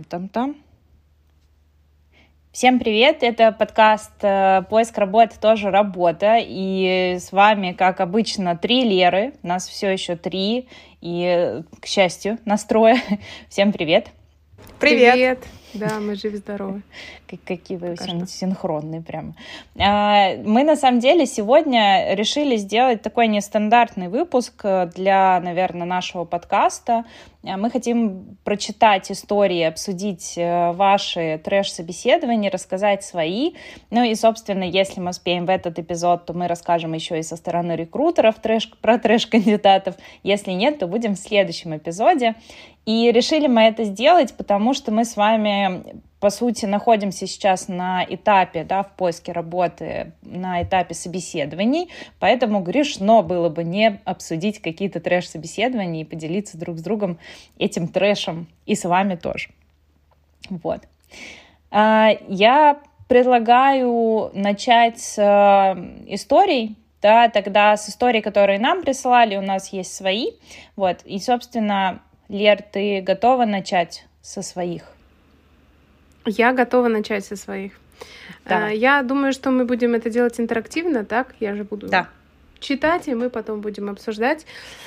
Там-там-там. Всем привет, это подкаст «Поиск работы тоже работа», и с вами, как обычно, 3 Леры, нас все еще 3, и, к счастью, нас 3. Всем привет. Привет! Да, мы живы-здоровы. Какие вы синхронные прям. Мы, на самом деле, сегодня решили сделать такой нестандартный выпуск для, наверное, нашего подкаста. Мы хотим прочитать истории, обсудить ваши трэш-собеседования, рассказать свои. Ну и, собственно, если мы успеем в этот эпизод, то мы расскажем еще и со стороны рекрутеров про трэш-кандидатов. Если нет, то будем в следующем эпизоде. И решили мы это сделать, потому что мы с вами, по сути, находимся сейчас на этапе, в поиске работы, на этапе собеседований, поэтому грешно было бы не обсудить какие-то трэш-собеседования и поделиться друг с другом этим трэшем, и с вами тоже. Вот. Я предлагаю начать с историй, тогда с историй, которые нам присылали, у нас есть свои, вот, и, собственно, Лер, ты готова начать со своих? Я готова начать со своих. Давай. Я думаю, что мы будем это делать интерактивно, так? Я же буду читать, и мы потом будем обсуждать.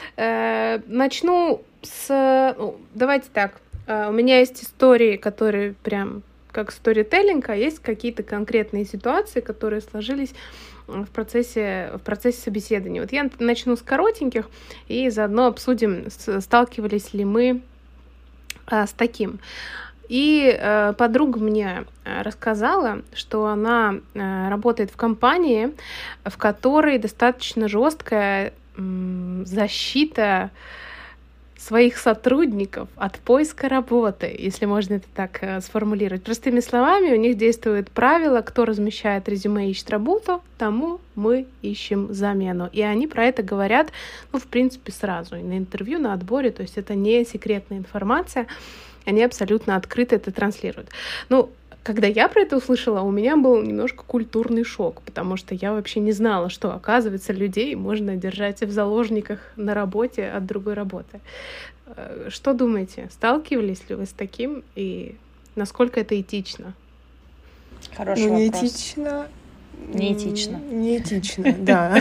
Начну с... давайте так. У меня есть истории, которые прям как сторителлинг, а есть какие-то конкретные ситуации, которые сложились в процессе собеседования. Вот я начну с коротеньких и заодно обсудим, сталкивались ли мы с таким. И подруга мне рассказала, что она работает в компании, в которой достаточно жесткая защита своих сотрудников от поиска работы, если можно это так сформулировать. Простыми словами, у них действует правило: кто размещает резюме и ищет работу, тому мы ищем замену. И они про это говорят, в принципе, сразу. И на интервью, на отборе, то есть это не секретная информация, они абсолютно открыто это транслируют. Когда я про это услышала, у меня был немножко культурный шок, потому что я вообще не знала, что, оказывается, людей можно держать в заложниках на работе от другой работы. Что думаете, сталкивались ли вы с таким, и насколько это этично? Хороший вопрос. Неэтично. Неэтично, да.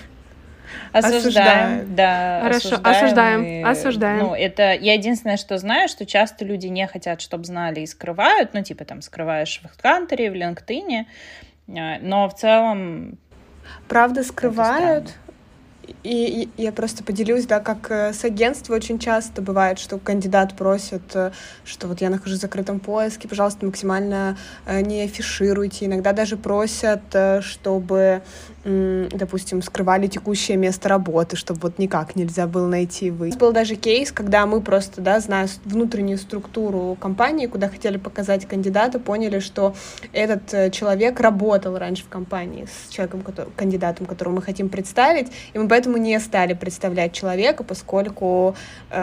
Осуждаем, да. Хорошо, осуждаем. Это я единственное, что знаю, что часто люди не хотят, чтобы знали, и скрывают, скрываешь в HeadHunter, в LinkedIn, но в целом... Правда, скрывают. И я просто поделюсь, как с агентства очень часто бывает, что кандидат просит, что вот я нахожусь в закрытом поиске, пожалуйста, максимально не афишируйте. Иногда даже просят, чтобы, допустим, скрывали текущее место работы, чтобы вот никак нельзя было найти вы. У нас был даже кейс, когда мы просто, зная внутреннюю структуру компании, куда хотели показать кандидата, поняли, что этот человек работал раньше в компании с человеком, кандидатом, которого мы хотим представить, и мы поэтому не стали представлять человека, поскольку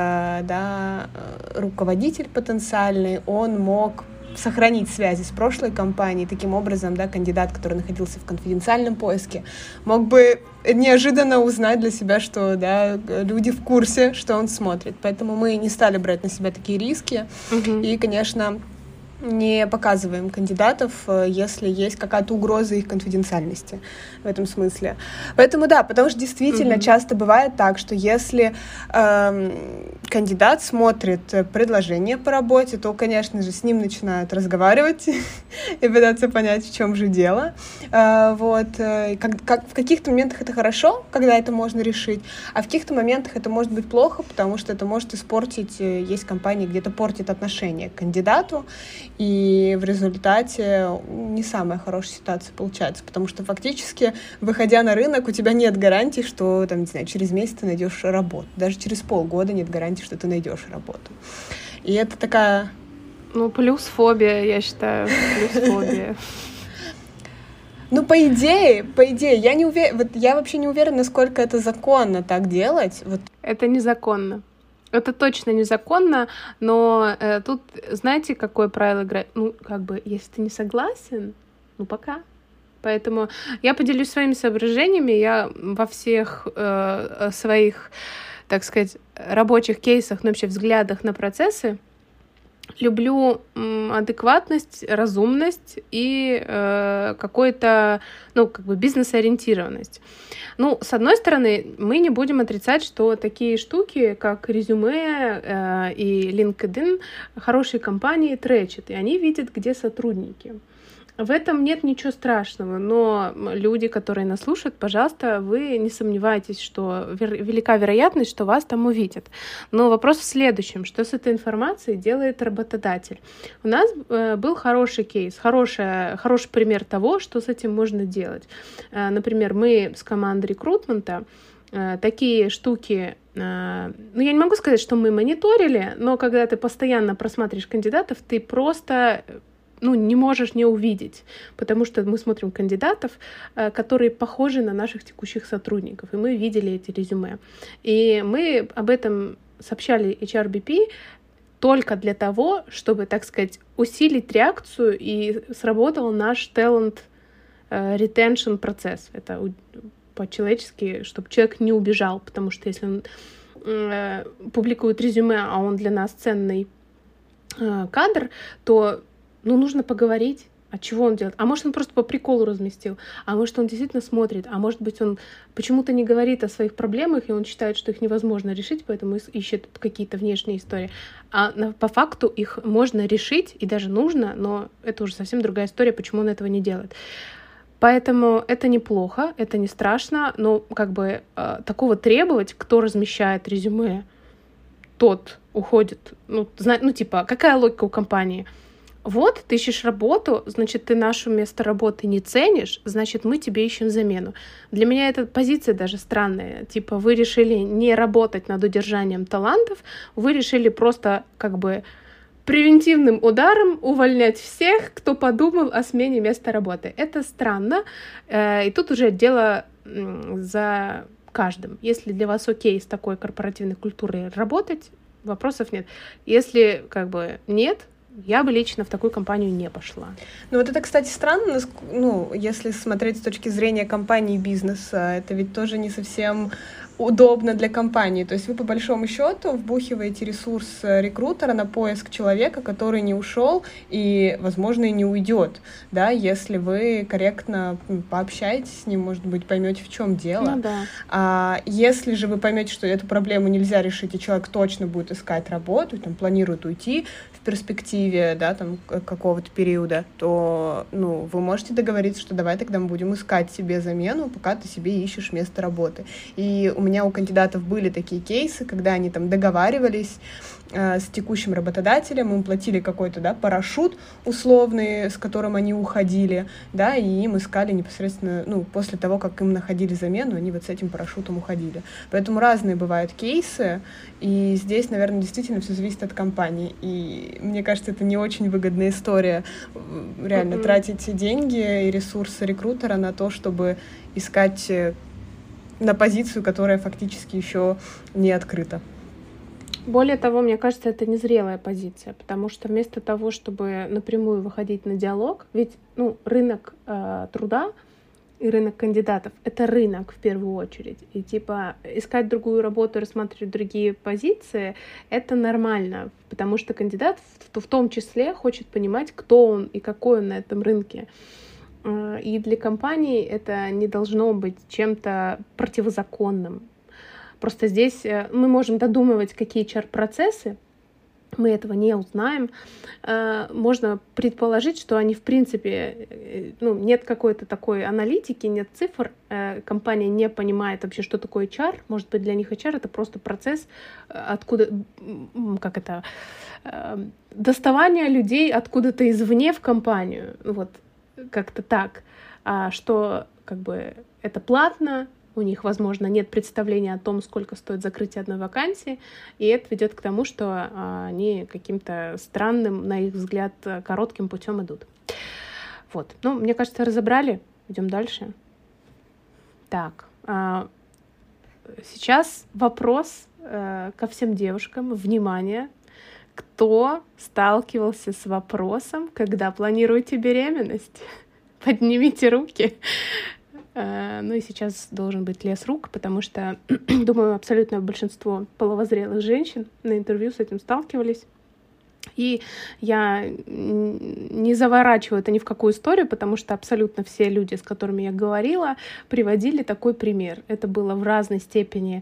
руководитель потенциальный, он мог сохранить связи с прошлой компанией. Таким образом, кандидат, который находился в конфиденциальном поиске, мог бы неожиданно узнать для себя, что люди в курсе, что он смотрит. Поэтому мы не стали брать на себя такие риски. И, конечно, не показываем кандидатов, если есть какая-то угроза их конфиденциальности в этом смысле. Поэтому потому что действительно часто бывает так, что если кандидат смотрит предложение по работе, то, конечно же, с ним начинают разговаривать и пытаться понять, в чем же дело. В каких-то моментах это хорошо, когда это можно решить, а в каких-то моментах это может быть плохо, потому что это может испортить, есть компании, где это портит отношение к кандидату, и в результате не самая хорошая ситуация получается, потому что фактически, выходя на рынок, у тебя нет гарантии, что через месяц ты найдешь работу. Даже через полгода нет гарантии, что ты найдешь работу. И это такая... плюс фобия, я считаю. Плюс фобия. По идее, я не уверена, я вообще не уверена, насколько это законно так делать. Это незаконно. Это точно незаконно, но тут, знаете, какое правило играет? Если ты не согласен, пока. Поэтому я поделюсь своими соображениями. Я во всех своих, так сказать, рабочих кейсах, вообще взглядах на процессы люблю адекватность, разумность и какой-то, бизнес-ориентированность. С одной стороны, мы не будем отрицать, что такие штуки, как резюме и LinkedIn, хорошие компании тречат, и они видят, где сотрудники. В этом нет ничего страшного, но люди, которые нас слушают, пожалуйста, вы не сомневайтесь, что велика вероятность, что вас там увидят. Но вопрос в следующем: что с этой информацией делает работодатель? У нас был хороший кейс, хороший пример того, что с этим можно делать. Например, мы с командой рекрутмента такие штуки, я не могу сказать, что мы мониторили, но когда ты постоянно просматриваешь кандидатов, ты просто не можешь не увидеть, потому что мы смотрим кандидатов, которые похожи на наших текущих сотрудников, и мы видели эти резюме. И мы об этом сообщали HRBP только для того, чтобы, так сказать, усилить реакцию, и сработал наш talent retention процесс. Это по-человечески, чтобы человек не убежал, потому что если он публикует резюме, а он для нас ценный кадр, то нужно поговорить, от чего он делает. А может, он просто по приколу разместил, а может, он действительно смотрит, а может быть, он почему-то не говорит о своих проблемах, и он считает, что их невозможно решить, поэтому ищет какие-то внешние истории. А по факту их можно решить, и даже нужно, но это уже совсем другая история, почему он этого не делает. Поэтому это неплохо, это не страшно, но такого требовать, кто размещает резюме, тот уходит. Какая логика у компании? Вот, ты ищешь работу, значит, ты наше место работы не ценишь, значит, мы тебе ищем замену. Для меня эта позиция даже странная. Вы решили не работать над удержанием талантов, вы решили просто превентивным ударом увольнять всех, кто подумал о смене места работы. Это странно, и тут уже дело за каждым. Если для вас окей с такой корпоративной культурой работать, вопросов нет. Если нет, я бы лично в такую компанию не пошла. Это, кстати, странно, если смотреть с точки зрения компании и бизнеса, это ведь тоже не совсем удобно для компании. То есть вы, по большому счету, вбухиваете ресурс рекрутера на поиск человека, который не ушел и, возможно, и не уйдет, да, если вы корректно пообщаетесь с ним, может быть, поймете, в чем дело. Да. А если же вы поймете, что эту проблему нельзя решить, и человек точно будет искать работу, планирует уйти в перспективе, да, какого-то периода, то, вы можете договориться, что давай тогда мы будем искать себе замену, пока ты себе ищешь место работы. И у меня у кандидатов были такие кейсы, когда они договаривались с текущим работодателем, им платили какой-то, да, парашют условный, с которым они уходили, да, и им искали непосредственно, после того, как им находили замену, они с этим парашютом уходили. Поэтому разные бывают кейсы, и здесь, наверное, действительно все зависит от компании. И мне кажется, это не очень выгодная история, реально тратить деньги и ресурсы рекрутера на то, чтобы искать на позицию, которая фактически еще не открыта. Более того, мне кажется, это незрелая позиция, потому что вместо того, чтобы напрямую выходить на диалог, ведь рынок труда и рынок кандидатов — это рынок в первую очередь. И искать другую работу, рассматривать другие позиции — это нормально, потому что кандидат в том числе хочет понимать, кто он и какой он на этом рынке. И для компании это не должно быть чем-то противозаконным. Просто здесь мы можем додумывать, какие HR-процессы, мы этого не узнаем. Можно предположить, что они, в принципе, нет какой-то такой аналитики, нет цифр, компания не понимает вообще, что такое HR. Может быть, для них HR — это просто процесс, доставания людей откуда-то извне в компанию. Как-то так, что это платно, у них, возможно, нет представления о том, сколько стоит закрытие одной вакансии, и это ведет к тому, что они каким-то странным, на их взгляд, коротким путем идут. Мне кажется, разобрали. Идем дальше. Так, сейчас вопрос ко всем девушкам. Внимание! Кто сталкивался с вопросом, когда планируете беременность? Поднимите руки. И сейчас должен быть лес рук, потому что, думаю, абсолютное большинство половозрелых женщин на интервью с этим сталкивались. И я не заворачиваю это ни в какую историю, потому что абсолютно все люди, с которыми я говорила, приводили такой пример. Это было в разной степени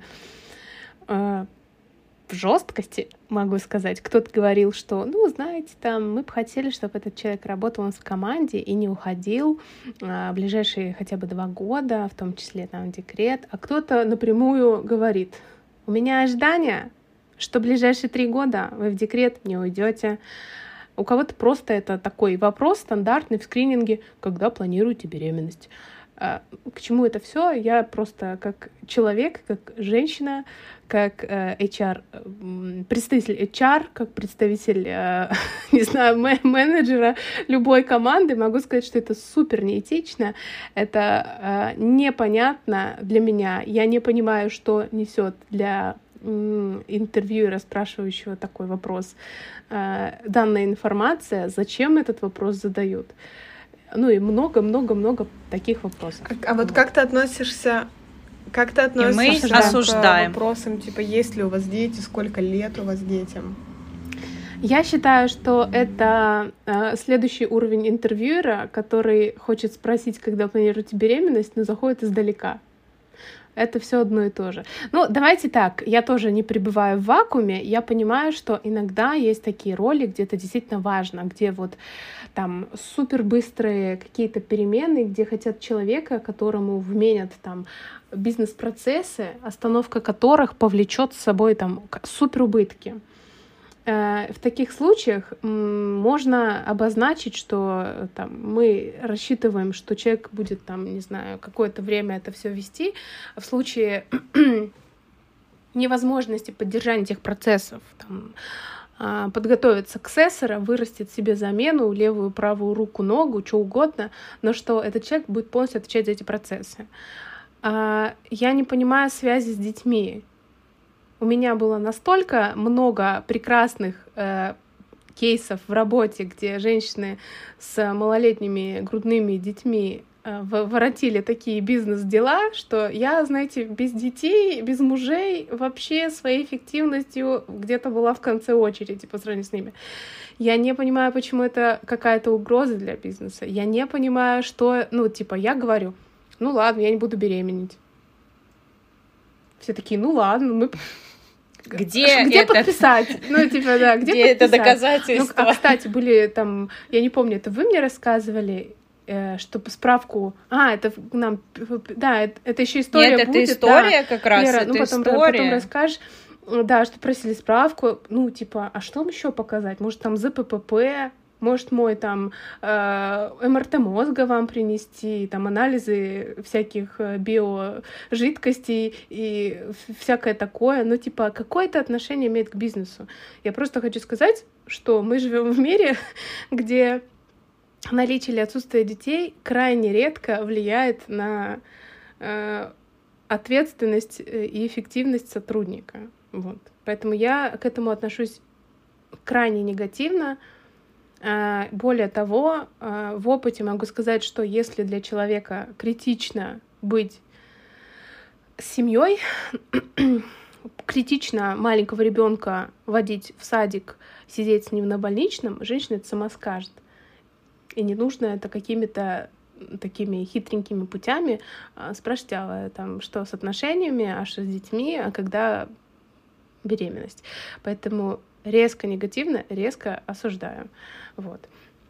в жесткости, могу сказать. Кто-то говорил, что, знаете, там, мы бы хотели, чтобы этот человек работал у нас в команде и не уходил ближайшие хотя бы 2 года, в том числе там декрет. А кто-то напрямую говорит: у меня ожидание, что ближайшие 3 года вы в декрет не уйдете. У кого-то просто это такой вопрос стандартный в скрининге: когда планируете беременность? К чему это все? Я просто как человек, как женщина, как HR, представитель HR, как представитель, не знаю, менеджера любой команды, могу сказать, что это супер неэтично, это непонятно для меня. Я не понимаю, что несет для интервьюера, спрашивающего такой вопрос, данная информация, зачем этот вопрос задают. И много-много-много таких вопросов. А вот как ты относишься мы осуждаем. К вопросам, типа, есть ли у вас дети, сколько лет у вас детям? Я считаю, что это следующий уровень интервьюера, который хочет спросить, когда планируете беременность, но заходит издалека. Это все одно и то же. Давайте так, я тоже не пребываю в вакууме, я понимаю, что иногда есть такие роли, где это действительно важно, где вот там супер быстрые какие-то перемены, где хотят человека, которому вменят там бизнес-процессы, остановка которых повлечет с собой там супер убытки. В таких случаях можно обозначить, что там, мы рассчитываем, что человек будет там, не знаю, какое-то время это все вести. В случае невозможности поддержания этих процессов, там, подготовиться к сессора, вырастет себе замену, левую, правую руку, ногу, что угодно, но что этот человек будет полностью отвечать за эти процессы. Я не понимаю связи с детьми. У меня было настолько много прекрасных кейсов в работе, где женщины с малолетними грудными детьми воротили такие бизнес-дела, что я, знаете, без детей, без мужей вообще своей эффективностью где-то была в конце очереди по сравнению с ними. Я не понимаю, почему это какая-то угроза для бизнеса. Я не понимаю, что... я говорю, ладно, я не буду беременеть. Все такие, ладно, мы... Где подписать? Где это доказательство? Кстати, были там, я не помню, это вы мне рассказывали, чтобы справку... это нам... Да, это еще история будет. Нет, это история как раз, Лера, это потом расскажешь. Да, что просили справку. А что вам еще показать? Может, там ЗППП, может, мой там МРТ мозга вам принести, там анализы всяких биожидкостей и всякое такое. Какое-то отношение имеет к бизнесу. Я просто хочу сказать, что мы живем в мире, где наличие или отсутствие детей крайне редко влияет на ответственность и эффективность сотрудника. Вот. Поэтому я к этому отношусь крайне негативно. Более того, в опыте могу сказать, что если для человека критично быть с семьей, критично маленького ребенка водить в садик, сидеть с ним на больничном, женщина это сама скажет. И не нужно это какими-то такими хитренькими путями спрашивать, что с отношениями, а что с детьми, а когда беременность. Поэтому резко негативно, резко осуждаю. Вот.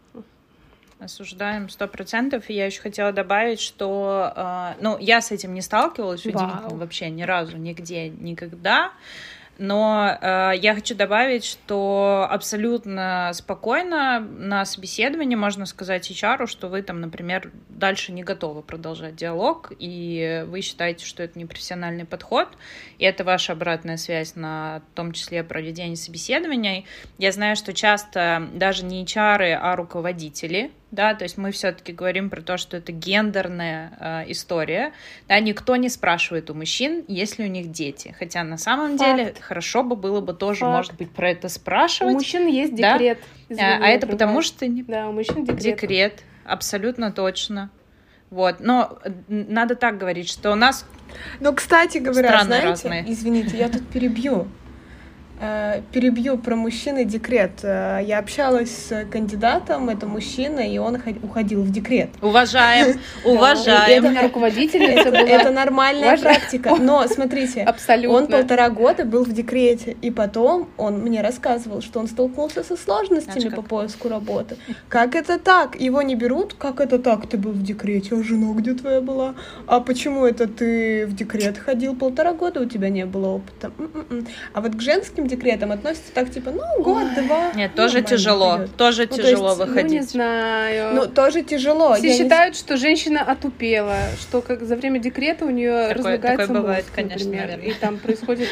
Осуждаем 100%. И я еще хотела добавить, что я с этим не сталкивалась удивительно вообще ни разу, нигде, никогда. Но я хочу добавить, что абсолютно спокойно на собеседовании можно сказать HR, что вы там, например, дальше не готовы продолжать диалог, и вы считаете, что это непрофессиональный подход, и это ваша обратная связь на в том числе проведение собеседований. Я знаю, что часто даже не HR, а руководители, да, то есть мы все-таки говорим про то, что это гендерная история, да, никто не спрашивает у мужчин, есть ли у них дети, хотя на самом деле хорошо бы было бы тоже, может быть, про это спрашивать. У мужчин есть декрет. Да? А это потому что... Да, у мужчин декрет. Декрет, абсолютно точно. Вот, но надо так говорить, что у нас кстати говоря, знаете, разные. Извините, я тут перебью. перебью про мужчин и декрет. Я общалась с кандидатом, это мужчина, и он уходил в декрет. Уважаем. Это руководительница была. Это нормальная практика. Но, смотрите, абсолютно. Он 1,5 года был в декрете, и потом он мне рассказывал, что он столкнулся со сложностями по поиску работы. Как это так? Его не берут? Как это так? Ты был в декрете, а жена где твоя была? А почему это ты в декрет ходил 1,5 года, у тебя не было опыта? А вот к женским декретам относятся так, типа, год-два. Нет, тоже тяжело. Тоже тяжело выходить. Не знаю. Тоже тяжело. Все считают, что женщина отупела, что как за время декрета у нее разлагается мозг, бывает, конечно, например, наверное. И там происходит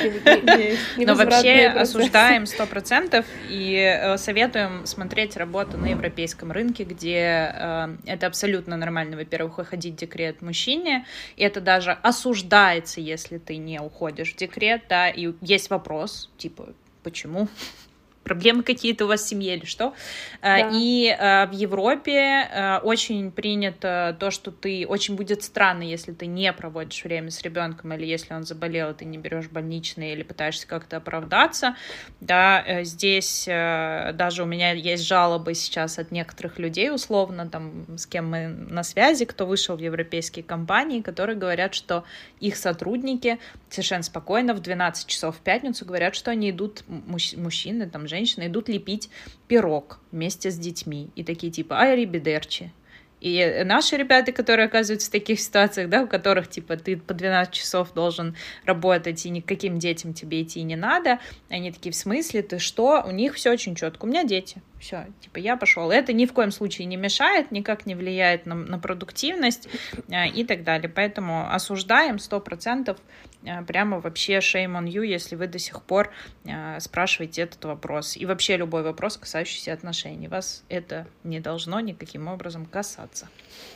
Но вообще осуждаем 100% и советуем смотреть работу на европейском рынке, где это абсолютно нормально, во-первых, выходить в декрет мужчине, и это даже осуждается, если ты не уходишь в декрет, да, и есть вопрос, типа, почему? Проблемы какие-то у вас в семье или что? Да. И в Европе очень принято то, что ты... Очень будет странно, если ты не проводишь время с ребенком, или если он заболел, и ты не берешь больничные, или пытаешься как-то оправдаться. Да, здесь даже у меня есть жалобы сейчас от некоторых людей, условно, там, с кем мы на связи, кто вышел в европейские компании, которые говорят, что их сотрудники совершенно спокойно в 12 часов в пятницу говорят, что они идут, мужчины, там, женщины идут лепить пирог вместе с детьми. И такие типа «Арибедерчи». И наши ребята, которые оказываются в таких ситуациях, да, у которых, типа, ты по 12 часов должен работать, и ни к каким детям тебе идти не надо, они такие, в смысле, ты что? У них все очень четко. У меня дети. Все, типа, я пошел. Это ни в коем случае не мешает, никак не влияет на продуктивность и так далее. Поэтому осуждаем 100%. Прямо вообще shame on you, если вы до сих пор спрашиваете этот вопрос. И вообще любой вопрос, касающийся отношений. Вас это не должно никаким образом касаться.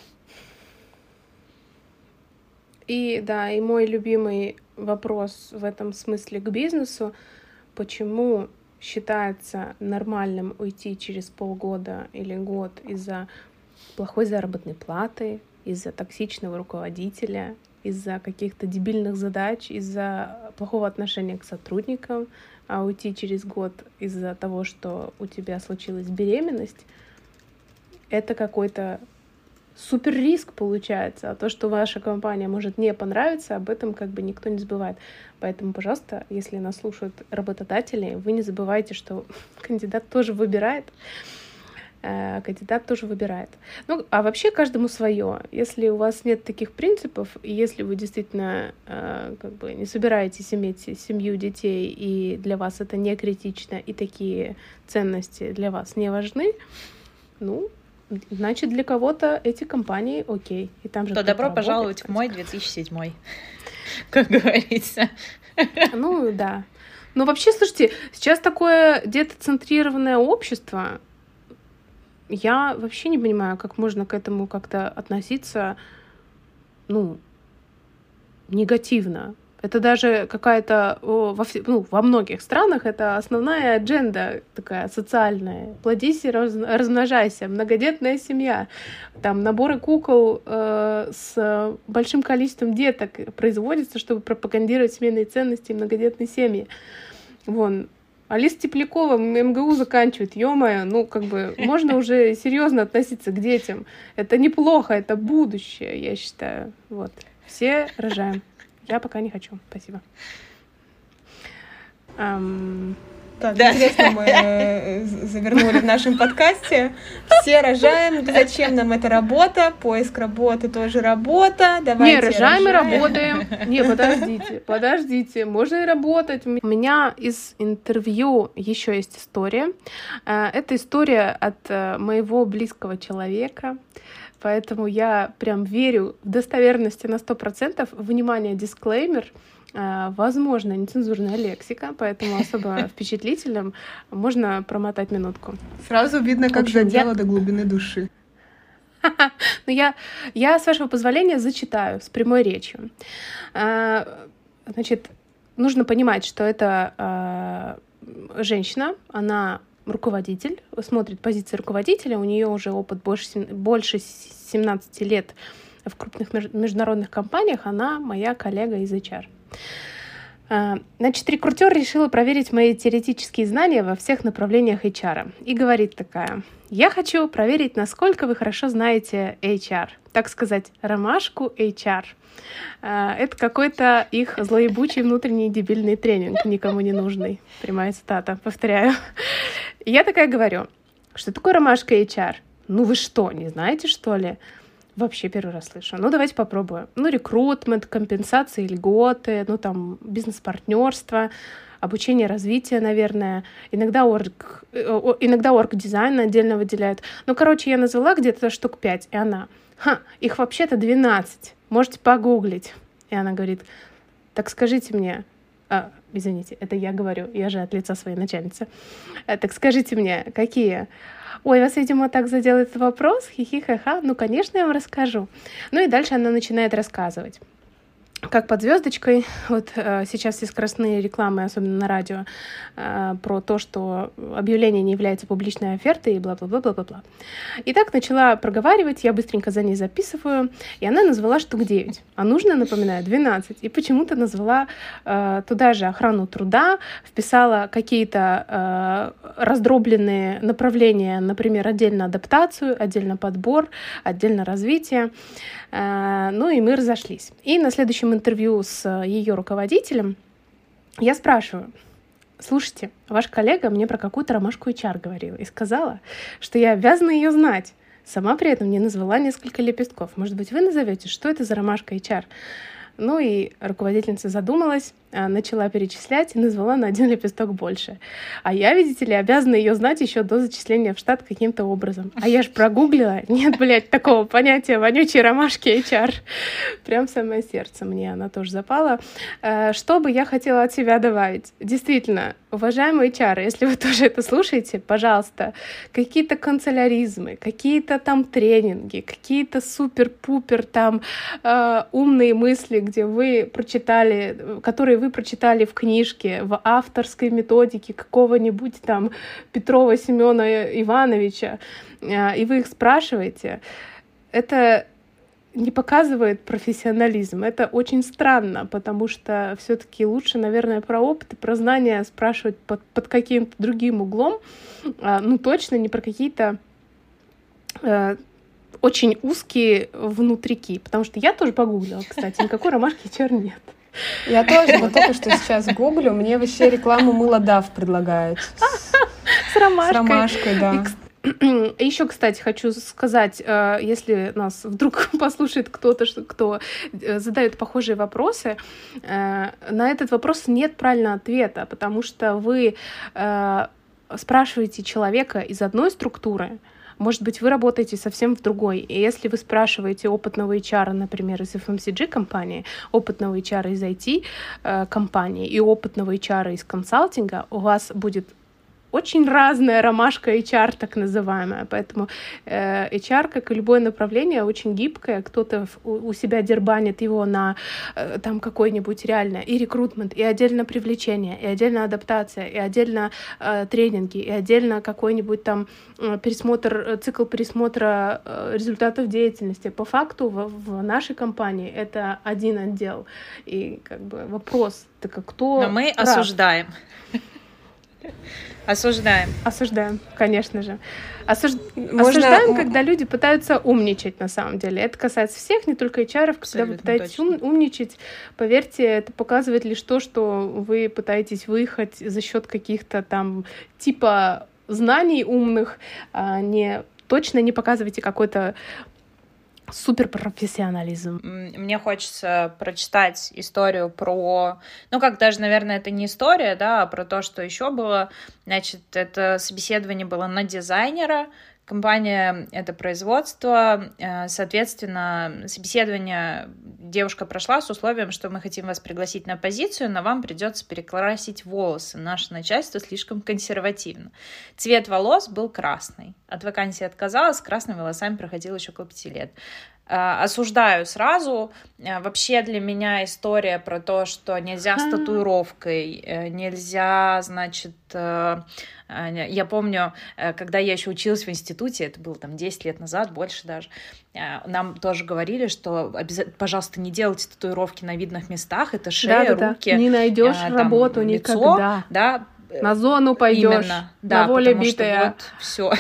И да, и мой любимый вопрос в этом смысле к бизнесу: почему считается нормальным уйти через полгода или год из-за плохой заработной платы, из-за токсичного руководителя, из-за каких-то дебильных задач, из-за плохого отношения к сотрудникам, а уйти через год из-за того, что у тебя случилась беременность, это какой-то супер риск получается. А то, что ваша компания может не понравиться, об этом как бы никто не забывает. Поэтому, пожалуйста, если нас слушают работодатели, вы не забывайте, что кандидат тоже выбирает. Ну, а вообще каждому свое. Если у вас нет таких принципов, и если вы действительно как бы не собираетесь иметь семью, детей, и для вас это не критично, и такие ценности для вас не важны, ну, значит, для кого-то эти компании окей. И там же то добро пожаловать в мой 2007, как говорится. Ну, да. Но вообще, слушайте, сейчас такое детоцентрированное общество. Я вообще не понимаю, как можно к этому как-то относиться, ну, негативно. Это даже какая-то, во многих странах это основная адженда такая социальная. Плодись и размножайся, многодетная семья. Там наборы кукол с большим количеством деток производятся, чтобы пропагандировать семейные ценности и многодетные семьи. Вон, Алиса Теплякова МГУ заканчивает, ё-моё, ну, как бы, можно уже серьезно относиться к детям. Это неплохо, это будущее, я считаю. Вот. Все рожаем. Я пока не хочу. Спасибо. Так, да. Интересно, мы завернули в нашем подкасте. Все рожаем. Зачем нам эта работа? Поиск работы тоже работа. Давайте не, рожаем и работаем. Не, подождите. Можно и работать. У меня из интервью еще есть история. Это история от моего близкого человека. Поэтому я прям верю в достоверности на 100%. Внимание, дисклеймер. Возможно, нецензурная лексика, поэтому особо впечатлительным можно промотать минутку. Сразу видно, как задело до глубины души. Ну, я, с вашего позволения, зачитаю с прямой речью. Значит, нужно понимать, что это женщина, она руководитель, смотрит позиции руководителя, у нее уже опыт больше 17 лет в крупных международных компаниях, она моя коллега из HR. Значит, рекрутер решила проверить мои теоретические знания во всех направлениях HR. И говорит такая: я хочу проверить, насколько вы хорошо знаете HR. Так сказать, ромашку HR. Это какой-то их злоебучий внутренний дебильный тренинг, никому не нужный. Прямая цитата, повторяю. И я такая говорю: что такое ромашка HR? Ну вы что, не знаете, что ли? Вообще первый раз слышу. Ну, давайте попробуем. Ну, рекрутмент, компенсации, льготы, ну, там, бизнес-партнерство, обучение, развитие, наверное. Иногда орг-дизайн отдельно выделяют. Ну, короче, я назвала где-то штук 5, и она: их вообще-то 12. Можете погуглить. И она говорит: так скажите мне... извините, это я говорю, я же от лица своей начальницы. Так скажите мне, какие... Ой, вас, видимо, так задел этот вопрос, хихи-ха-ха. Ну, конечно, я вам расскажу. Ну и дальше она начинает рассказывать. Как под звездочкой, вот сейчас все скоростные рекламы, особенно на радио, про то, что объявление не является публичной офертой и бла-бла-бла-бла-бла. И так начала проговаривать, я быстренько за ней записываю, и она назвала штук 9, а нужно, напоминаю, 12. И почему-то назвала туда же охрану труда, вписала какие-то раздробленные направления, например, отдельно адаптацию, отдельно подбор, отдельно развитие. Ну и мы разошлись. И на следующем интервью с ее руководителем я спрашиваю: слушайте, ваш коллега мне про какую-то ромашку HR говорила и сказала, что я обязана ее знать. Сама при этом не назвала несколько лепестков. Может быть, вы назовете, что это за ромашка HR? Ну и руководительница задумалась, начала перечислять и назвала на один лепесток больше. А я, видите ли, обязана ее знать еще до зачисления в штат каким-то образом. А я ж прогуглила. Нет, блядь, такого понятия вонючей ромашки HR. Прям в самое сердце мне она тоже запала. Что бы я хотела от себя добавить? Действительно, уважаемые HR, если вы тоже это слушаете, пожалуйста, какие-то канцеляризмы, какие-то там тренинги, какие-то супер-пупер там умные мысли, где вы прочитали, которые вы прочитали в книжке, в авторской методике какого-нибудь там Петрова Семена Ивановича, и вы их спрашиваете, это не показывает профессионализм. Это очень странно, потому что все-таки лучше, наверное, про опыт и про знания спрашивать под каким-то другим углом, ну точно не про какие-то очень узкие внутрики, потому что я тоже погуглила, кстати, никакой ромашки HR нет. Я тоже, вот только что сейчас гуглю, мне вообще рекламу мыла Дав предлагают. С ромашкой. С ромашкой, да. И еще, кстати, хочу сказать, если нас вдруг послушает кто-то, кто задает похожие вопросы, на этот вопрос нет правильного ответа, потому что вы спрашиваете человека из одной структуры, может быть, вы работаете совсем в другой. И если вы спрашиваете опытного HR, например, из FMCG-компании, опытного HR из IT-компании и опытного HR из консалтинга, у вас будет очень разная ромашка HR, так называемая. Поэтому HR, как и любое направление, очень гибкое. Кто-то у себя дербанит его на там какой-нибудь реально и рекрутмент, и отдельно привлечение, и отдельно адаптация, и отдельно тренинги, и отдельно какой-нибудь там цикл пересмотра результатов деятельности. По факту в нашей компании это один отдел. И как бы вопрос, так как кто... Но мы осуждаем. Осуждаем, конечно же. Осуждаем, когда люди пытаются умничать на самом деле. Это касается всех, не только HR-ов. Когда вы пытаетесь умничать, поверьте, это показывает лишь то, что вы пытаетесь выехать за счет каких-то там типа знаний умных, а точно не показываете какой-то суперпрофессионализм. Мне хочется прочитать историю про... Ну, как даже, наверное, это не история, да, а про то, что еще было. Значит, это собеседование было на дизайнера. Компания — это производство. Соответственно, собеседование девушка прошла с условием, что мы хотим вас пригласить на позицию, но вам придется перекрасить волосы. Наше начальство слишком консервативно. Цвет волос был красный. От вакансии отказалась, с красными волосами проходила еще около 5 лет. осуждаю сразу. Вообще для меня история про то, что нельзя с татуировкой, нельзя, значит... Я помню, когда я еще училась в институте, это было там 10 лет назад, больше даже, нам тоже говорили, что пожалуйста, не делайте татуировки на видных местах, это шея, руки. Не найдешь работу лицо, никогда. Да, на зону пойдешь, на воле битая. Вот все.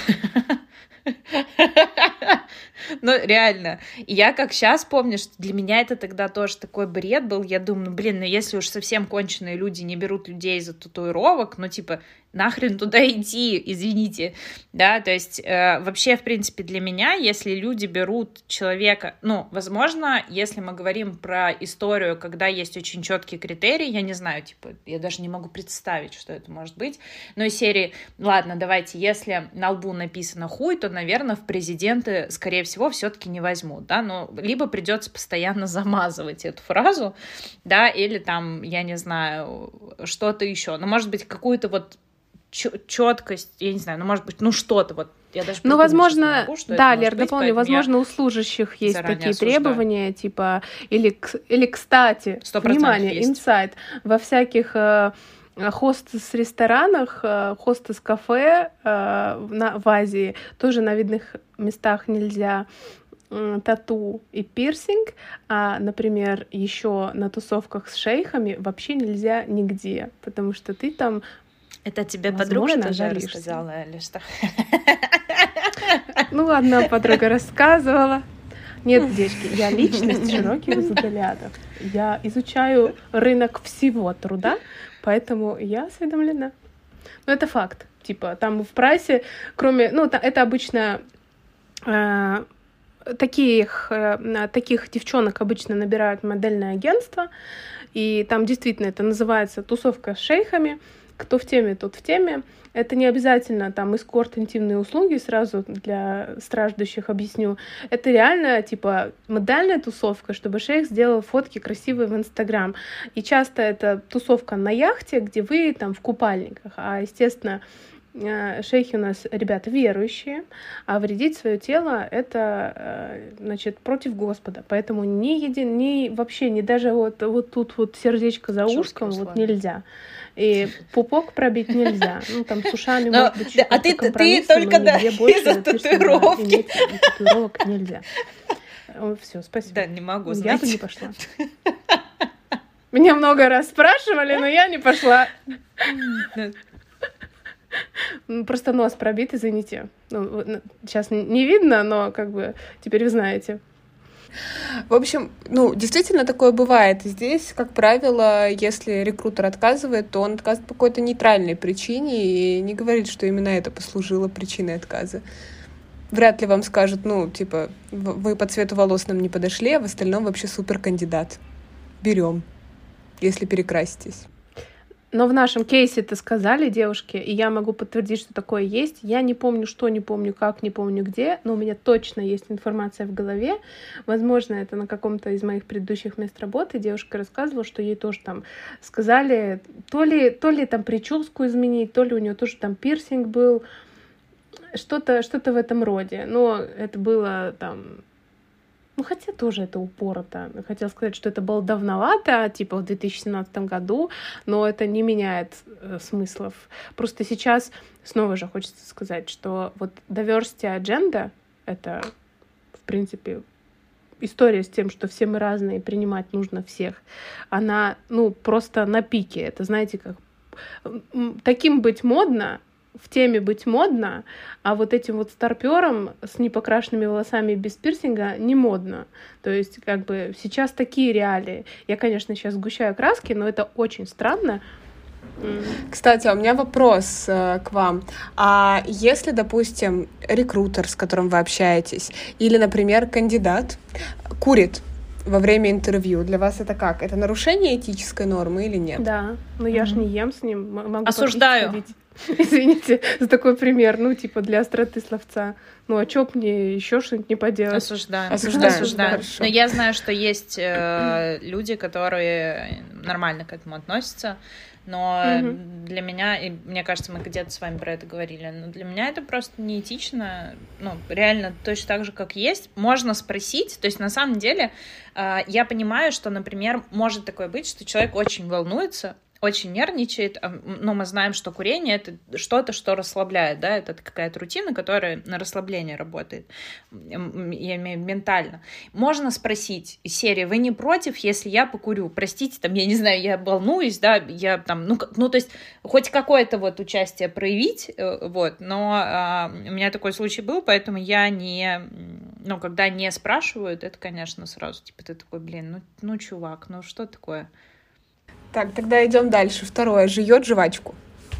Ну, реально. И я как сейчас помню, что для меня это тогда тоже такой бред был. Я думаю, ну если уж совсем конченые люди не берут людей за татуировок, ну, типа, нахрен туда идти, извините, да, то есть вообще, в принципе, для меня, если люди берут человека, ну, возможно, если мы говорим про историю, когда есть очень четкие критерии, я не знаю, типа, я даже не могу представить, что это может быть, но из серии, ладно, давайте, если на лбу написано хуй, то, наверное, в президенты, скорее всего, все-таки не возьмут, да, но либо придется постоянно замазывать эту фразу, да, или там, я не знаю, что-то еще, но, может быть, какую-то вот четкость, я не знаю, ну, может быть, ну, что-то вот, я даже ну, возможно, могу, да, Лер, дополню, возможно, у служащих есть такие требования, типа, или кстати, внимание, инсайт, во всяких хостес-ресторанах, хостес-кафе в Азии тоже на видных местах нельзя тату и пирсинг, а, например, еще на тусовках с шейхами вообще нельзя нигде, потому что ты там... Это тебе подруга тоже рассказала или что? Ну, одна подруга рассказывала. Нет, девочки, я личность широких взглядов. Я изучаю рынок всего труда, поэтому я осведомлена. Но это факт. Типа, там в прайсе, кроме... Ну, это обычно... Таких девчонок обычно набирают модельное агентство, и там действительно это называется тусовка с шейхами. Кто в теме, тот в теме. Это не обязательно там эскорт, интимные услуги, сразу для страждущих объясню. Это реально, типа, модельная тусовка, чтобы шейх сделал фотки красивые в Инстаграм. И часто это тусовка на яхте, где вы там в купальниках. А, естественно, шейхи у нас ребята верующие, а вредить свое тело — это, значит, против Господа. Поэтому вообще, не даже вот тут вот сердечко за ушком вот нельзя. И пупок пробить нельзя. Ну, там с ушами, может быть, а ты только да, из-за татуировки. Татуировок нельзя. Все, спасибо. Да, не могу, я бы не пошла. Меня много раз спрашивали, но я не пошла. Просто нос пробит, извините. Ну, сейчас не видно, но как бы теперь вы знаете. В общем, ну, действительно такое бывает. Здесь, как правило, если рекрутер отказывает, то он отказывает по какой-то нейтральной причине и не говорит, что именно это послужило причиной отказа. Вряд ли вам скажут, ну, типа, вы по цвету волос нам не подошли, а в остальном вообще супер кандидат. Берем, если перекраситесь. Но в нашем кейсе это сказали девушки, и я могу подтвердить, что такое есть. Я не помню, что, не помню как, не помню где, но у меня точно есть информация в голове. Возможно, это на каком-то из моих предыдущих мест работы девушка рассказывала, что ей тоже там сказали то ли там прическу изменить, то ли у нее тоже там пирсинг был, что-то в этом роде. Но это было там... Ну, хотя тоже это упорото. Хотела сказать, что это было давновато, типа в 2017 году, но это не меняет смыслов. Просто сейчас снова же хочется сказать, что вот diversity agenda — это, в принципе, история с тем, что все мы разные, и принимать нужно всех. Она, ну, просто на пике. Это, знаете, как таким быть модно, в теме быть модно, а вот этим вот старпёром с непокрашенными волосами и без пирсинга не модно. То есть, как бы, сейчас такие реалии. Я, конечно, сейчас сгущаю краски, но это очень странно. Кстати, у меня вопрос к вам. А если, допустим, рекрутер, с которым вы общаетесь, или, например, кандидат курит во время интервью, для вас это как? Это нарушение этической нормы или нет? Да, но я ж не ем с ним. Могу осуждаю. Извините за такой пример, ну, типа, для остроты словца. Ну, а чё б мне еще что-нибудь не поделать? Осуждаю. Осуждаю. Но я знаю, что есть люди, которые нормально к этому относятся, но для меня, и мне кажется, мы где-то с вами про это говорили, но для меня это просто неэтично, ну, реально точно так же, как есть. Можно спросить, то есть на самом деле я понимаю, что, например, может такое быть, что человек очень волнуется, очень нервничает, но мы знаем, что курение — это что-то, что расслабляет, да, это какая-то рутина, которая на расслабление работает, я имею ментально. Можно спросить из серии: вы не против, если я покурю? Простите, там, я не знаю, я волнуюсь, да, я там, ну, то есть хоть какое-то вот участие проявить, вот, но у меня такой случай был, поэтому я не, ну, когда не спрашивают, это, конечно, сразу, типа, ты такой, блин, ну, чувак, ну, что такое? Так, тогда идем дальше. Второе. Жует жвачку.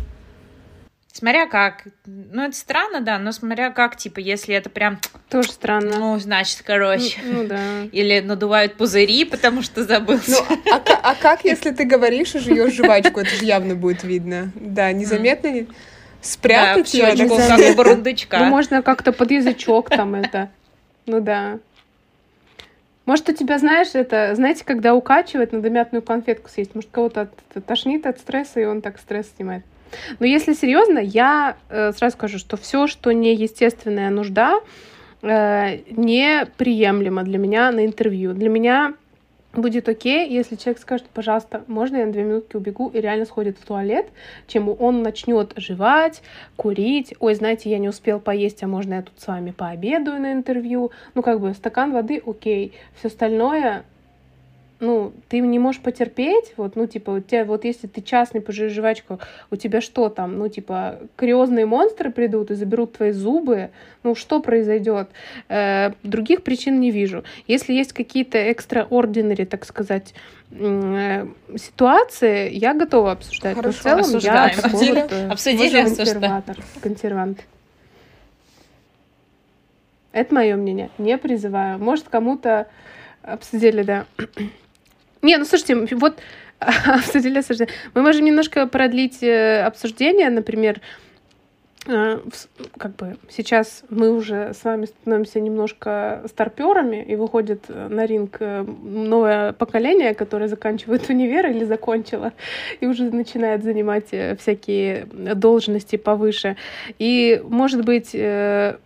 Смотря как. Ну, это странно, да, но смотря как, типа, если это прям... Тоже странно. Ну, значит, короче. Ну да. Или надувают пузыри, потому что забылся. Ну, а как, если ты говоришь и жуешь жвачку? Это же явно будет видно. Да, незаметно ли? Спрятать ее, её, как у бурундучка. Ну, можно как-то под язычок там это. Ну да. Может, у тебя, знаешь, это, знаете, когда укачивает, надо мятную конфетку съесть. Может, кого-то тошнит от стресса, и он так стресс снимает. Но если серьезно, я сразу скажу, что все, что не естественная нужда, неприемлемо для меня на интервью. Для меня будет окей, если человек скажет: пожалуйста, можно я на 2 минутки убегу, и реально сходит в туалет, чем он начнет жевать, курить. Ой, знаете, я не успел поесть, а можно я тут с вами пообедаю на интервью. Ну, как бы стакан воды, окей. Все остальное, ну, ты не можешь потерпеть, вот, ну, типа, у тебя, вот если ты час не пожуешь жвачку, у тебя что там, ну, типа, кариозные монстры придут и заберут твои зубы, ну, что произойдет? Других причин не вижу. Если есть какие-то extraordinary, так сказать, ситуации, я готова обсуждать. Хорошо, но в целом осуждаем. Я Обсудили, осуждаем. Консервант. Это мое мнение. Не призываю. Может, кому-то обсудили, да. Не, ну слушайте, вот обсудили. Мы можем немножко продлить обсуждение, например, как бы сейчас мы уже с вами становимся немножко старпёрами, и выходит на ринг новое поколение, которое заканчивает универ или закончило, и уже начинает занимать всякие должности повыше. И, может быть, сейчас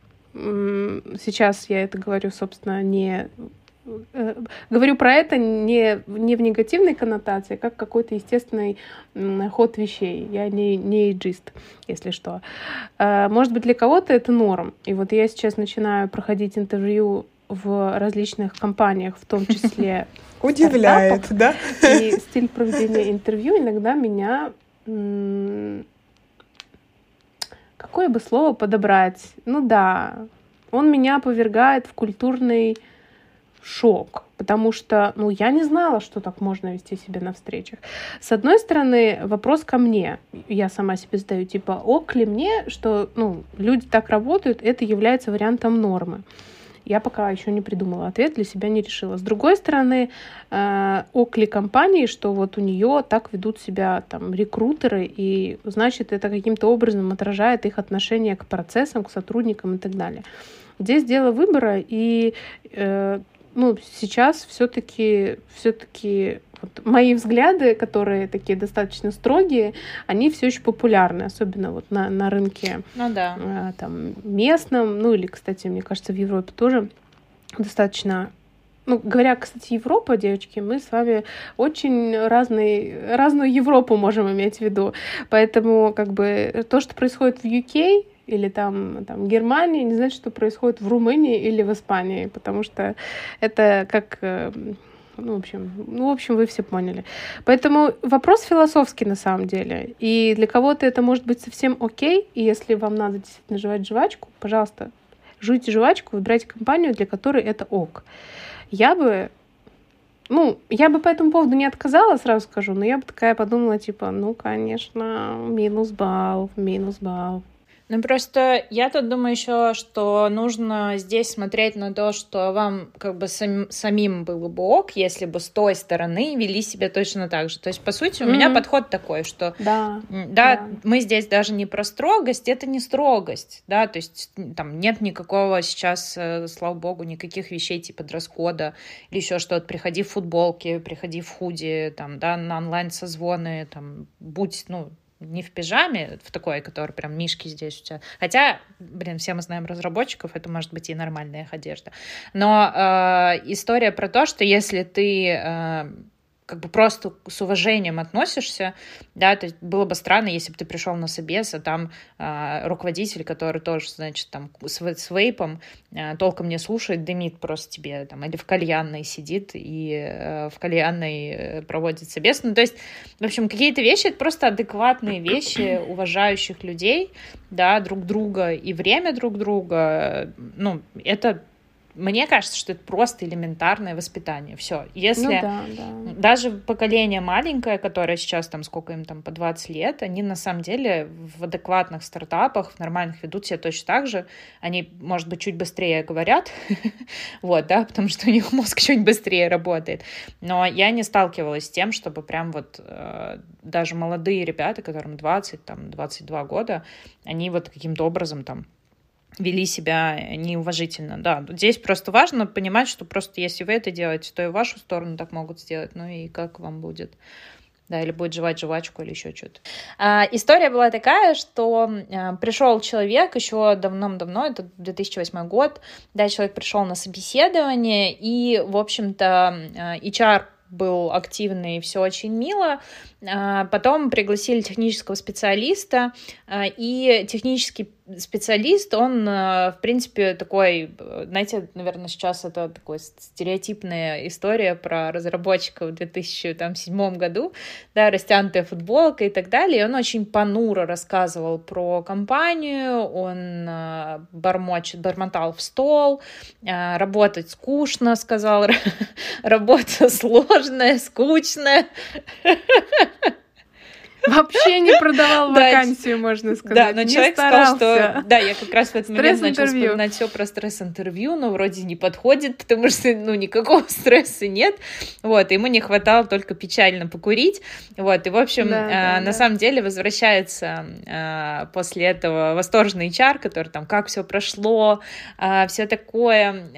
я это говорю, собственно, не... Говорю про это не в негативной коннотации, а как какой-то естественный ход вещей. Я не эйджист, если что. Может быть, для кого-то это норм. И вот я сейчас начинаю проходить интервью в различных компаниях, в том числе удивляет, да? И стиль проведения интервью иногда меня... Какое бы слово подобрать? Ну да, он меня повергает в культурный шок, потому что, ну, я не знала, что так можно вести себя на встречах. С одной стороны, вопрос ко мне. Я сама себе задаю, типа, ок ли мне, что, ну, люди так работают, это является вариантом нормы. Я пока еще не придумала ответ, для себя не решила. С другой стороны, ок ли компании, что вот у нее так ведут себя там рекрутеры, и значит, это каким-то образом отражает их отношение к процессам, к сотрудникам и так далее. Здесь дело выбора, и ну, сейчас все-таки вот мои взгляды, которые такие достаточно строгие, они все еще популярны, особенно вот на рынке, ну, да. Там, местном, ну или, кстати, мне кажется, в Европе тоже достаточно. Ну, говоря, кстати, Европа, девочки, мы с вами очень разную Европу можем иметь в виду. Поэтому, как бы, то, что происходит в UK или там Германии, не значит, что происходит в Румынии или в Испании, потому что это как... в общем, вы все поняли. Поэтому вопрос философский на самом деле. И для кого-то это может быть совсем окей. И если вам надо действительно жевать жвачку, пожалуйста, жуйте жвачку, выбирайте компанию, для которой это ок. Я бы по этому поводу не отказала, сразу скажу, но я бы такая подумала, типа, ну, конечно, минус балл. Ну, просто я тут думаю еще, что нужно здесь смотреть на то, что вам как бы самим было бы ок, если бы с той стороны вели себя точно так же. То есть, по сути, у меня подход такой, что да, мы здесь даже не про строгость, это не строгость, да, то есть там нет никакого сейчас, слава богу, никаких вещей типа дресс-кода или еще что-то. Приходи в футболке, приходи в худи, там, да, на онлайн-созвоны, там, будь, ну, не в пижаме, в такой, который прям мишки здесь у тебя. Хотя, блин, все мы знаем разработчиков, это может быть и нормальная их одежда. Но история про то, что если ты как бы просто с уважением относишься, да, то есть было бы странно, если бы ты пришел на собес, а там руководитель, который тоже, значит, там с вейпом толком не слушает, дымит просто тебе, там, или в кальянной сидит и в кальянной проводит собес. Ну, то есть, в общем, какие-то вещи, это просто адекватные вещи уважающих людей, да, друг друга и время друг друга, ну, это... Мне кажется, что это просто элементарное воспитание. Все. Если даже поколение маленькое, которое сейчас, там, сколько им там, по 20 лет, они на самом деле в адекватных стартапах, в нормальных ведут себя точно так же. Они, может быть, чуть быстрее говорят, вот, да, потому что у них мозг чуть быстрее работает. Но я не сталкивалась с тем, чтобы прям вот даже молодые ребята, которым 20, там, 22 года, они вот каким-то образом там вели себя неуважительно. Да, здесь просто важно понимать, что просто если вы это делаете, то и в вашу сторону так могут сделать, ну и как вам будет. Да, или будет жевать жвачку, или еще что-то. История была такая, что пришел человек еще давным-давно, это 2008 год, да, человек пришел на собеседование, и, в общем-то, HR был активный, все очень мило. Потом пригласили технического специалиста, и технический специалист, он, в принципе, такой, знаете, наверное, сейчас это такая стереотипная история про разработчиков в 2007 году, да, растянутая футболка и так далее, и он очень понуро рассказывал про компанию, он бормотал в стол, работать скучно, сказал, работа сложная, скучная. Вообще не продавал вакансию, можно сказать. Да, но человек сказал, что... Да, я как раз в этот момент начала вспоминать все про стресс-интервью, но вроде не подходит, потому что, ну, никакого стресса нет. Вот, ему не хватало только печально покурить. Вот, и, в общем, на самом деле возвращается после этого восторженный HR, который там, как все прошло, все такое.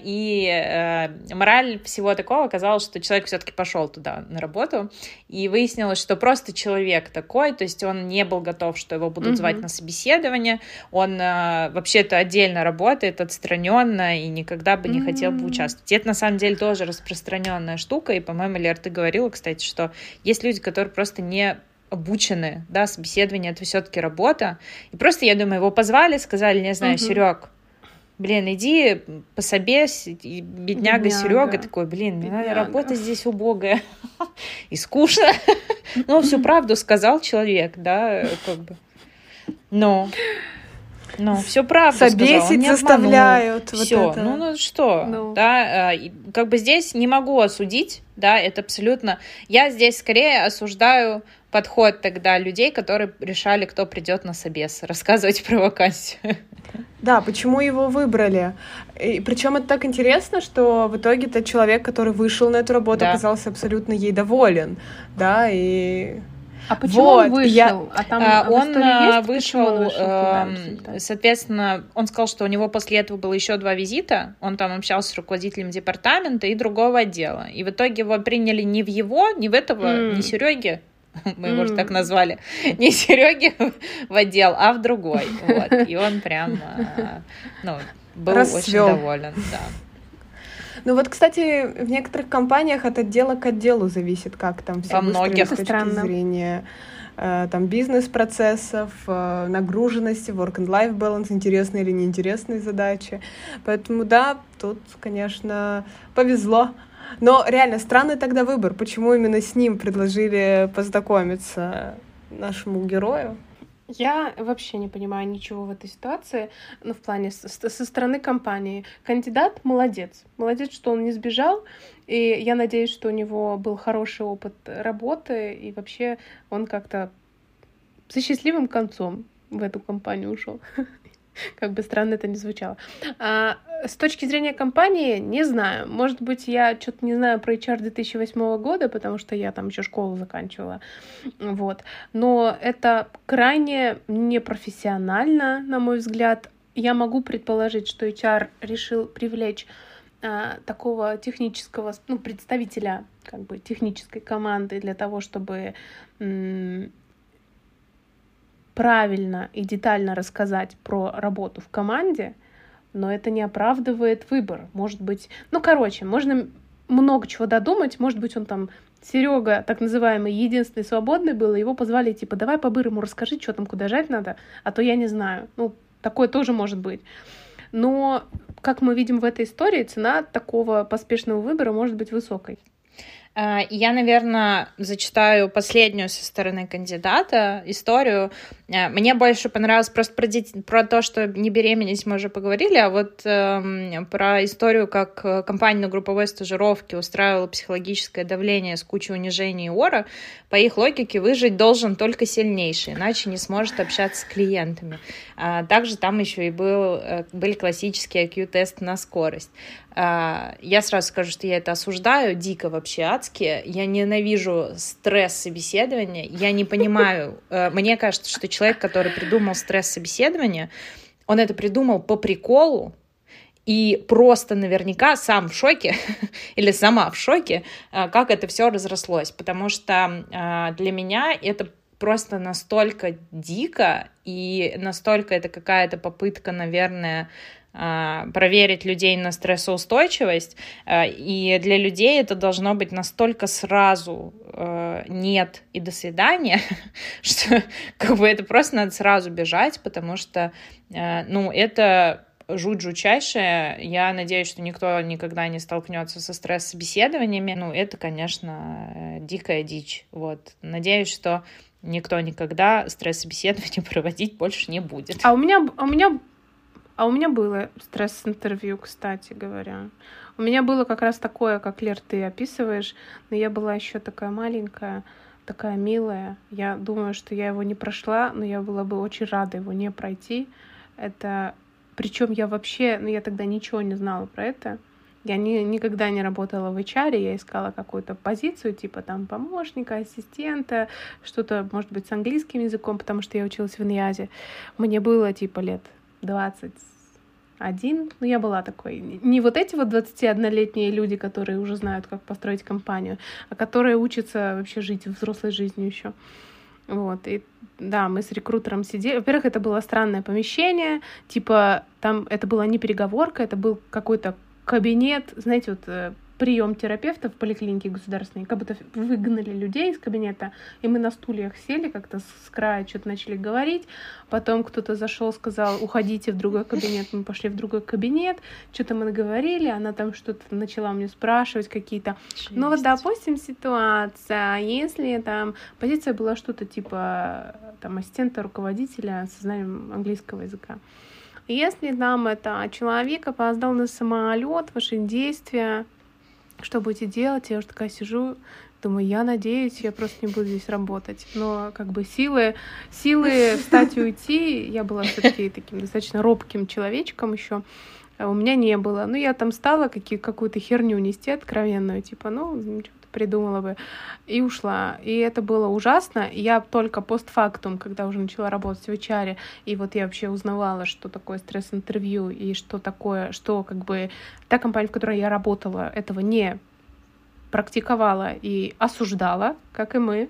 И мораль всего такого оказалась, что человек все-таки пошел туда на работу, и выяснилось, что просто человек такой, то есть он не был готов, что его будут звать на собеседование, он вообще-то отдельно работает, отстраненно, и никогда бы не хотел бы участвовать. И это, на самом деле, тоже распространенная штука, и, по-моему, Лер, ты говорила, кстати, что есть люди, которые просто не обучены, да, собеседование — это все-таки работа, и просто, я думаю, его позвали, сказали, не знаю, Серег, блин, иди пособесь, и бедняга Серега такой, блин, работа здесь убогая и скучно. Ну, всю правду сказал человек, да, как бы. Но всю правду сказал. Собесить заставляют. Все, ну что, да, как бы здесь не могу осудить, да, это абсолютно... Я здесь скорее осуждаю подход тогда людей, которые решали, кто придет на собес, рассказывать про вакансию. Да, почему его выбрали? И причем это так интересно, что в итоге тот человек, который вышел на эту работу, оказался абсолютно ей доволен, да, и... А почему он вышел? Он вышел, соответственно, он сказал, что у него после этого было еще 2 визита, он там общался с руководителем департамента и другого отдела, и в итоге его приняли не в его, не в этого, не Сереги, мы его же так назвали, не Сереги в отдел, а в другой, вот, и он прям, был очень доволен, да. Ну вот, кстати, в некоторых компаниях от отдела к отделу зависит, как там все выстроено с точки зрения там бизнес-процессов, нагруженности, work and life balance, интересные или неинтересные задачи. Поэтому да, тут, конечно, повезло. Но реально странный тогда выбор. Почему именно с ним предложили познакомиться нашему герою? Я вообще не понимаю ничего в этой ситуации, в плане со стороны компании. Кандидат молодец. Молодец, что он не сбежал, и я надеюсь, что у него был хороший опыт работы, и вообще он как-то со счастливым концом в эту компанию ушел. Как бы странно это ни звучало. С точки зрения компании, не знаю. Может быть, я что-то не знаю про HR 2008 года, потому что я там еще школу заканчивала. Вот. Но это крайне непрофессионально, на мой взгляд. Я могу предположить, что HR решил привлечь такого технического, представителя как бы технической команды для того, чтобы правильно и детально рассказать про работу в команде, но это не оправдывает выбор. Может быть, можно много чего додумать, может быть, он там, Серега, так называемый, единственный свободный был, и его позвали, типа, давай по-бырому расскажи, что там, куда жать надо, а то я не знаю. Такое тоже может быть. Но, как мы видим в этой истории, цена такого поспешного выбора может быть высокой. Я, наверное, зачитаю последнюю со стороны кандидата историю. Мне больше понравилось просто про то, что не беременность мы уже поговорили, а вот про историю, как компания на групповой стажировке устраивала психологическое давление с кучей унижений и ора. По их логике выжить должен только сильнейший, иначе не сможет общаться с клиентами. Также там еще и были классические IQ-тесты на скорость. Я сразу скажу, что я это осуждаю дико вообще адски. Я ненавижу стресс собеседования. Я не понимаю. Мне кажется, что человек, который придумал стресс собеседования, он это придумал по приколу и просто наверняка сам в шоке или сама в шоке, как это все разрослось. Потому что для меня это просто настолько дико и настолько это какая-то попытка, наверное, проверить людей на стрессоустойчивость, и для людей это должно быть настолько сразу нет и до свидания, что как бы это просто надо сразу бежать, потому что это жуть жутчайшая. Я надеюсь, что никто никогда не столкнется со стресс-собеседованиями. Это, конечно, дикая дичь. Вот. Надеюсь, что никто никогда стресс-собеседование проводить больше не будет. А у меня было стресс-интервью, кстати говоря. У меня было как раз такое, как, Лер, ты описываешь, но я была еще такая маленькая, такая милая. Я думаю, что я его не прошла, но я была бы очень рада его не пройти. Причем я вообще, я тогда ничего не знала про это. Я никогда не работала в HR, я искала какую-то позицию, типа там помощника, ассистента, что-то, может быть, с английским языком, потому что я училась в Иньязе. Мне было типа лет 21, я была такой. Не вот эти вот 21-летние люди, которые уже знают, как построить компанию, а которые учатся вообще жить взрослой жизнью еще. Вот, и да, мы с рекрутером сидели. Во-первых, это было странное помещение, типа там это была не переговорка, это был какой-то кабинет, знаете, вот прием терапевтов в поликлинике государственной, как будто выгнали людей из кабинета, и мы на стульях сели, как-то с края что-то начали говорить, потом кто-то зашел, сказал, уходите в другой кабинет, мы пошли в другой кабинет, что-то мы наговорили, она там что-то начала мне спрашивать какие-то, вот, допустим, ситуация, если там позиция была что-то типа там ассистента руководителя со знанием английского языка. Если там это человек опоздал на самолет, ваши действия, что будете делать? Я уже такая сижу, думаю, я надеюсь, я просто не буду здесь работать. Но как бы силы встать и уйти, я была все-таки таким достаточно робким человечком еще, у меня не было. Я там стала какую-то херню нести откровенную, типа, что-то придумала бы, и ушла. И это было ужасно. Я только постфактум, когда уже начала работать в HR, и вот я вообще узнавала, что такое стресс-интервью, и что такое, что как бы та компания, в которой я работала, этого не практиковала и осуждала, как и мы.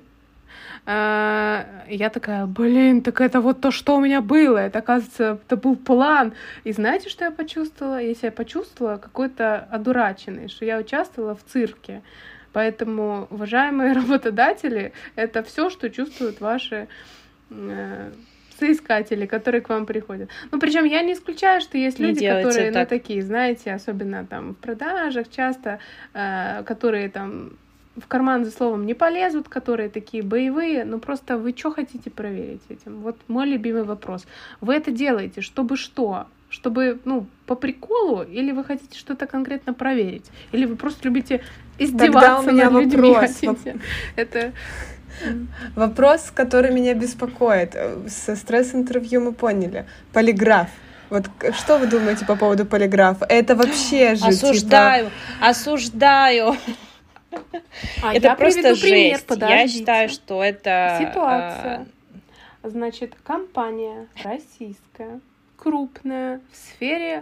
Я такая, так это вот то, что у меня было. Это, оказывается, это был план. И знаете, что я почувствовала? Я себя почувствовала какой-то одураченной, что я участвовала в цирке. Поэтому, уважаемые работодатели, это все, что чувствуют ваши соискатели, которые к вам приходят. Причем я не исключаю, что есть люди, которые, такие, знаете, особенно там в продажах часто, которые там в карман за словом не полезут, которые такие боевые, просто вы что хотите проверить этим? Вот мой любимый вопрос. Вы это делаете, чтобы что? Чтобы, по приколу, или вы хотите что-то конкретно проверить? Или вы просто любите издеваться над людьми? Это... Вопрос, который меня беспокоит. Со стресс-интервью мы поняли. Полиграф. Вот что вы думаете по поводу полиграфа? Это вообще же осуждаю. Это просто жесть. Я считаю, что это... Ситуация. Значит, компания российская, крупная, в сфере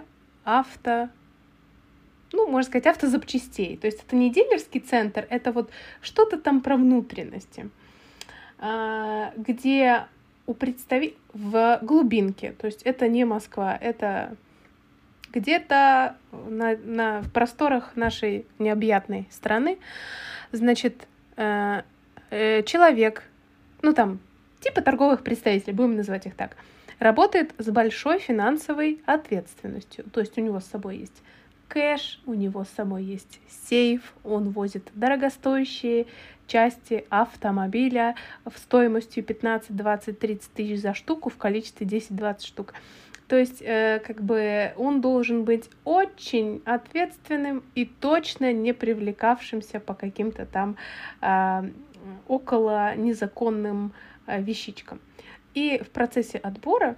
можно сказать, автозапчастей. То есть это не дилерский центр, это вот что-то там про внутренности, где в глубинке, то есть это не Москва, это где-то в просторах нашей необъятной страны, значит, человек, типа торговых представителей, будем называть их так, работает с большой финансовой ответственностью. То есть у него с собой есть кэш, у него с собой есть сейф, он возит дорогостоящие части автомобиля в стоимостью 15, 20, 30 тысяч за штуку в количестве 10-20 штук. То есть он должен быть очень ответственным и точно не привлекавшимся по каким-то там около незаконным вещичкам. И в процессе отбора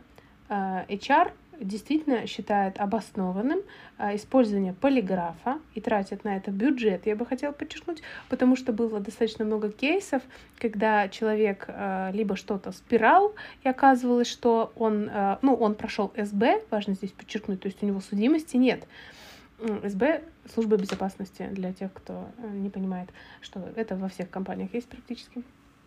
HR действительно считает обоснованным использование полиграфа и тратит на это бюджет, я бы хотела подчеркнуть, потому что было достаточно много кейсов, когда человек либо что-то спирал, и оказывалось, что он прошел СБ, важно здесь подчеркнуть, то есть у него судимости нет. СБ — служба безопасности, для тех, кто не понимает, что это во всех компаниях есть практически.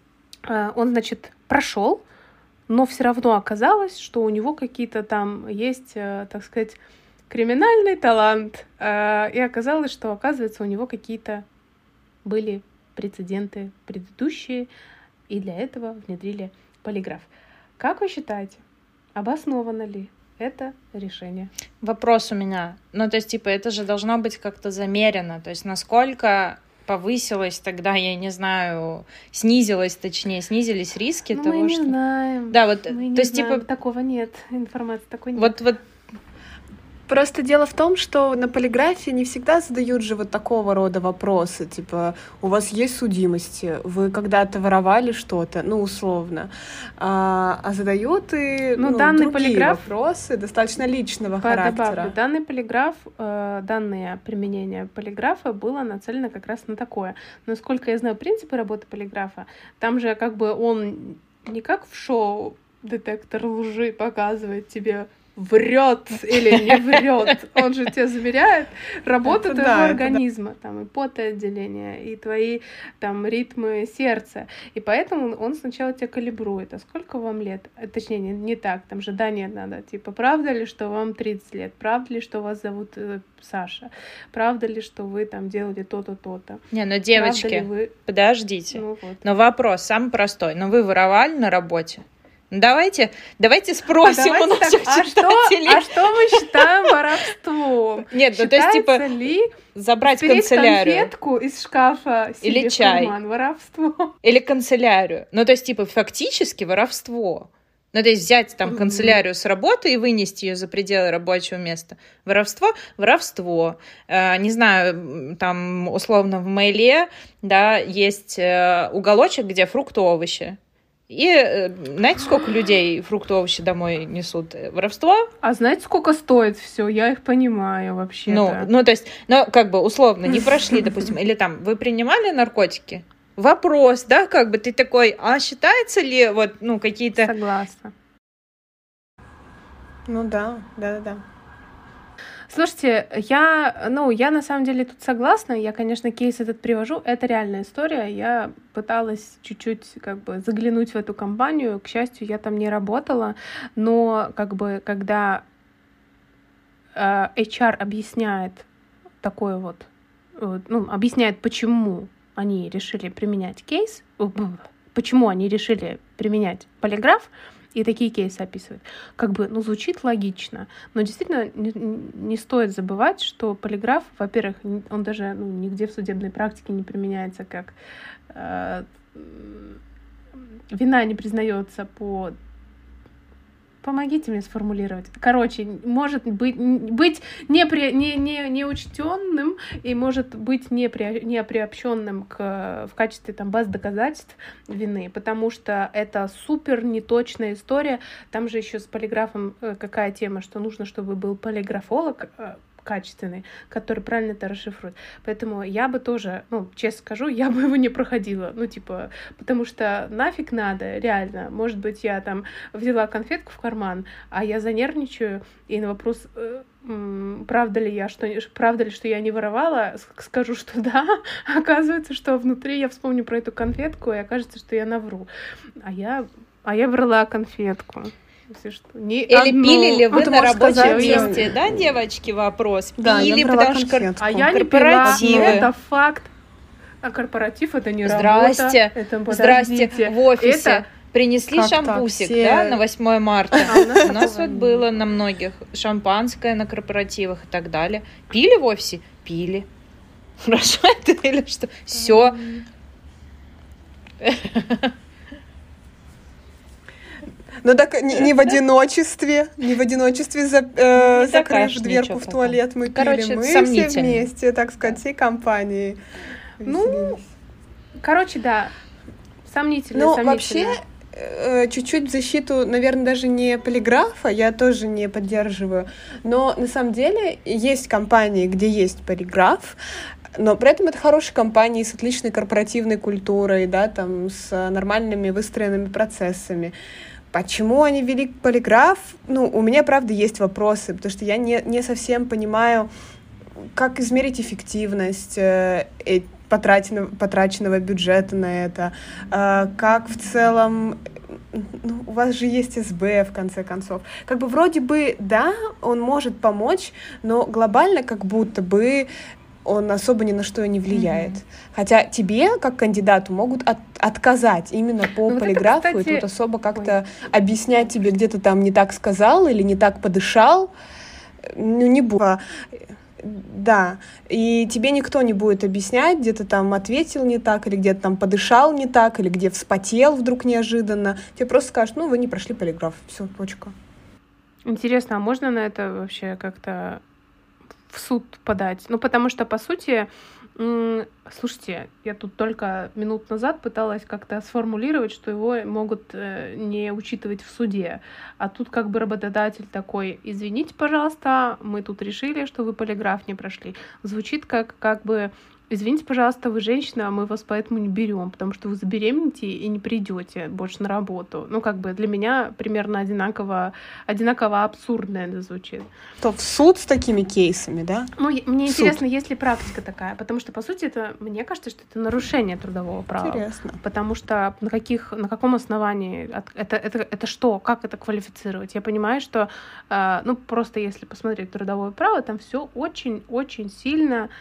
Он, значит, прошел, но все равно оказалось, что у него какие-то там есть, так сказать, криминальный талант. И оказалось, что, оказывается, у него какие-то были прецеденты предыдущие, и для этого внедрили полиграф. Как вы считаете, обосновано ли это решение? Вопрос у меня. То есть, это же должно быть как-то замерено. То есть, насколько повысилось тогда, я не знаю, снизились риски того, мы не знаем. Да, вот, мы не то есть, знаем, такого нет, информации такой нет. Вот. Просто дело в том, что на полиграфе не всегда задают же вот такого рода вопросы, типа, у вас есть судимости, вы когда-то воровали что-то, условно, а задают и данный другие полиграф, вопросы достаточно личного характера. Данный полиграф, данное применение полиграфа было нацелено как раз на такое. Насколько я знаю принципы работы полиграфа, там же он не как в шоу детектор лжи показывает тебе, врет или не врет. Он же тебя замеряет работу твоего организма, там и потоотделение, и твои там ритмы сердца. И поэтому он сначала тебя калибрует. А сколько вам лет? Точнее, не так, там же нет надо. Типа, правда ли, что вам 30 лет? Правда ли, что вас зовут Саша? Правда ли, что вы там делали то-то, то-то? Не, девочки, подождите. Но вопрос самый простой. Вы воровали на работе? Давайте спросим у наших читателей. А что мы считаем воровством? Нет, то есть, ли забрать канцелярию конфетку из шкафа себе или чай, в карман воровство? Или канцелярию. То есть, фактически воровство. То есть, взять там канцелярию с работы и вынести ее за пределы рабочего места. Воровство. Не знаю, там, условно, в Мейле, да, есть уголочек, где фрукты, овощи. И знаете, сколько людей фрукты, овощи домой несут? Воровство? А знаете, сколько стоит все? Я их понимаю вообще-то. То есть, условно, не прошли, допустим, или там, вы принимали наркотики? Вопрос, да, ты такой, а считается ли какие-то... Согласна. Да. Слушайте, я на самом деле тут согласна. Я, конечно, кейс этот привожу. Это реальная история. Я пыталась чуть-чуть заглянуть в эту компанию. К счастью, я там не работала. Но когда HR объясняет объясняет, почему они решили применять кейс, почему они решили применять полиграф, и такие кейсы описывают. Звучит логично. Но действительно не стоит забывать, что полиграф, во-первых, он даже нигде в судебной практике не применяется как вина не признается по Помогите мне сформулировать. Короче, может быть неучтенным и может быть не приобщенным в качестве там баз доказательств вины, потому что это супер неточная история. Там же еще с полиграфом какая тема, что нужно, чтобы был полиграфолог качественный, который правильно это расшифрует. Поэтому я бы тоже, честно скажу, я бы его не проходила. Потому что нафиг надо, реально. Может быть, я там взяла конфетку в карман, а я занервничаю, и на вопрос, правда ли, что я не воровала, скажу, что да. Оказывается, что внутри я вспомню про эту конфетку, и окажется, что я навру. А я брала конфетку. Или пили ли вы на рабочем месте, да, девочки, вопрос? Да, пили, потому что а я не пила, это факт. А корпоратив — это не работа. Здрасте, в офисе принесли шампусик, да, на 8 марта. У нас вот было на многих шампанское на корпоративах и так далее. Пили в офисе? Пили. Хорошо это или что? Все. Ну так не в одиночестве, закрыв дверку в туалет, мы пили. Мы все вместе, так сказать, всей компанией. Да, сомнительно. Ну, вообще, чуть-чуть в защиту, наверное, даже не полиграфа, я тоже не поддерживаю, но на самом деле есть компании, где есть полиграф, но при этом это хорошие компании с отличной корпоративной культурой, да, там, с нормальными выстроенными процессами. Почему они ввели полиграф? У меня, правда, есть вопросы, потому что я не совсем понимаю, как измерить эффективность потраченного бюджета на это, как в целом... у вас же есть СБ, в конце концов. Как бы вроде бы, да, он может помочь, но глобально как будто бы он особо ни на что не влияет. Хотя тебе, как кандидату, могут отказать именно по полиграфу, это, кстати... и тут особо как-то объяснять тебе, где ты там не так сказал или не так подышал, не будет. Да, и тебе никто не будет объяснять, где ты там ответил не так, или где ты там подышал не так, или где вспотел вдруг неожиданно. Тебе просто скажут, вы не прошли полиграф, все, точка. Интересно, а можно на это вообще как-то в суд подать? Потому что, по сути, слушайте, я тут только минут назад пыталась как-то сформулировать, что его могут не учитывать в суде. А тут как бы работодатель такой: извините, пожалуйста, мы тут решили, что вы полиграф не прошли. Звучит как бы: извините, пожалуйста, вы женщина, а мы вас поэтому не берем, потому что вы забеременеете и не придете больше на работу. Для меня примерно одинаково абсурдно это звучит. То в суд с такими кейсами, да? Мне интересно, есть ли практика такая, потому что, по сути, мне кажется, что это нарушение трудового права. Интересно. Потому что на каком основании это что, как это квалифицировать? Я понимаю, что просто если посмотреть трудовое право, там все очень-очень сильно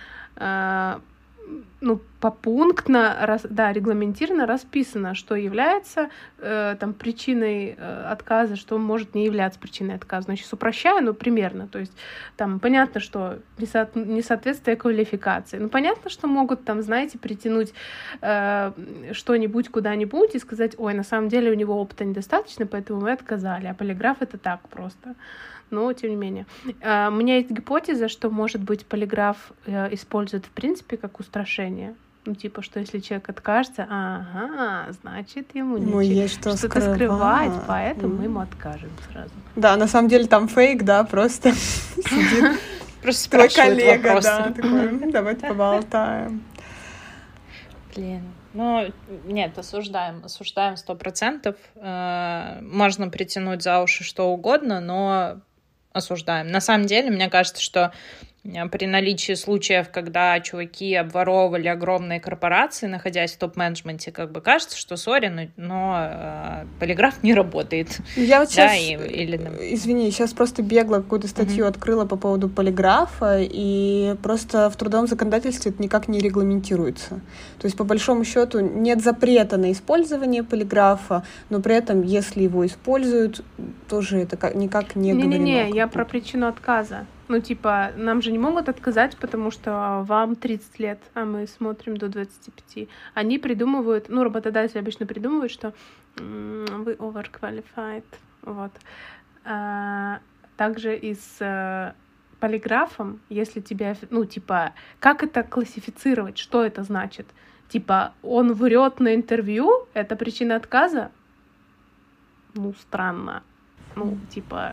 попунктно, регламентированно расписано, что является причиной отказа, что может не являться причиной отказа. Сейчас упрощаю, примерно. То есть там понятно, что несоответствие квалификации. Понятно, что могут притянуть что-нибудь куда-нибудь и сказать: ой, на самом деле у него опыта недостаточно, поэтому мы отказали. А полиграф — это так просто. Но, тем не менее. У меня есть гипотеза, что, может быть, полиграф используют, в принципе, как устрашение. Что если человек откажется, значит, ему нечего что-то скрывать, поэтому мы ему откажем сразу. Да, на самом деле там фейк, да, просто сидит просто твой коллега, да, такой: давайте поболтаем. Блин. Нет, осуждаем 100%. Можно притянуть за уши что угодно, но осуждаем. На самом деле, мне кажется, что при наличии случаев, когда чуваки обворовывали огромные корпорации, находясь в топ-менеджменте, кажется, что сори, но полиграф не работает. Я вот сейчас, извини, сейчас просто бегло какую-то статью открыла по поводу полиграфа, и просто в трудовом законодательстве это никак не регламентируется. То есть, по большому счету, нет запрета на использование полиграфа, но при этом, если его используют, тоже это никак не говорено. Не-не-не, я про причину отказа. Нам же не могут отказать, потому что вам 30 лет, а мы смотрим до 25. Они придумывают, работодатели обычно придумывают, что вы overqualified, вот. также и с полиграфом, если тебя, ну, типа, как это классифицировать, что это значит? Типа, он врет на интервью, это причина отказа? Ну, странно. Ну, типа...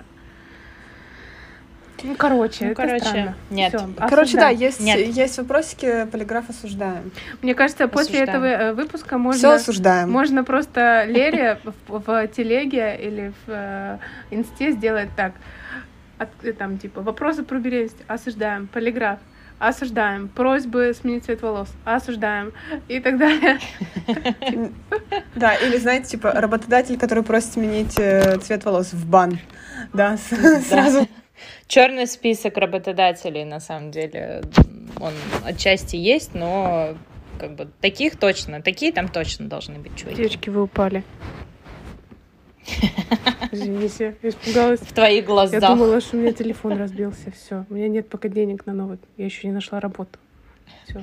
Ну, короче, это странно. Нет. Всё, Короче, да, осуждаем. есть вопросики, полиграф осуждаем. Мне кажется, после этого выпуска Все осуждаем. можно просто Лере в телеге или в инсте сделать так. Там, типа, вопросы про беременность осуждаем, полиграф осуждаем, просьбы сменить цвет волос осуждаем и так далее. Да, или, знаете, типа, работодатель, который просит сменить цвет волос в бан. Да, сразу. Черный список работодателей, на самом деле, он отчасти есть, но как бы такие там точно должны быть чуваки. Девочки, вы упали. Извините, я испугалась. В твоих глазах. Я думала, что у меня телефон разбился. Все, у меня нет пока денег на новый. Я еще не нашла работу. Все.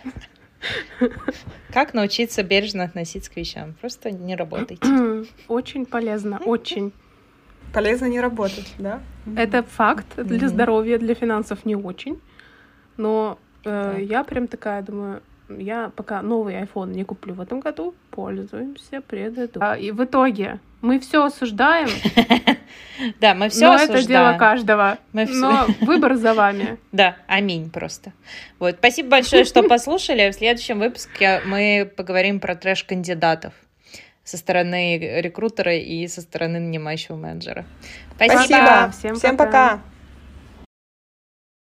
Как научиться бережно относиться к вещам? Просто не работайте. Очень полезно, очень. Полезно не работать, да? Это факт. Для здоровья, для финансов не очень. Но я прям такая думаю, я пока новый iPhone не куплю в этом году, пользуемся предыдущим. И в итоге мы все осуждаем. Да, мы все осуждаем. Но это дело каждого. Но выбор за вами. Да, аминь просто. Вот, спасибо большое, что послушали. В следующем выпуске мы поговорим про трэш-кандидатов со стороны рекрутера и со стороны нанимающего менеджера. Спасибо. Всем пока.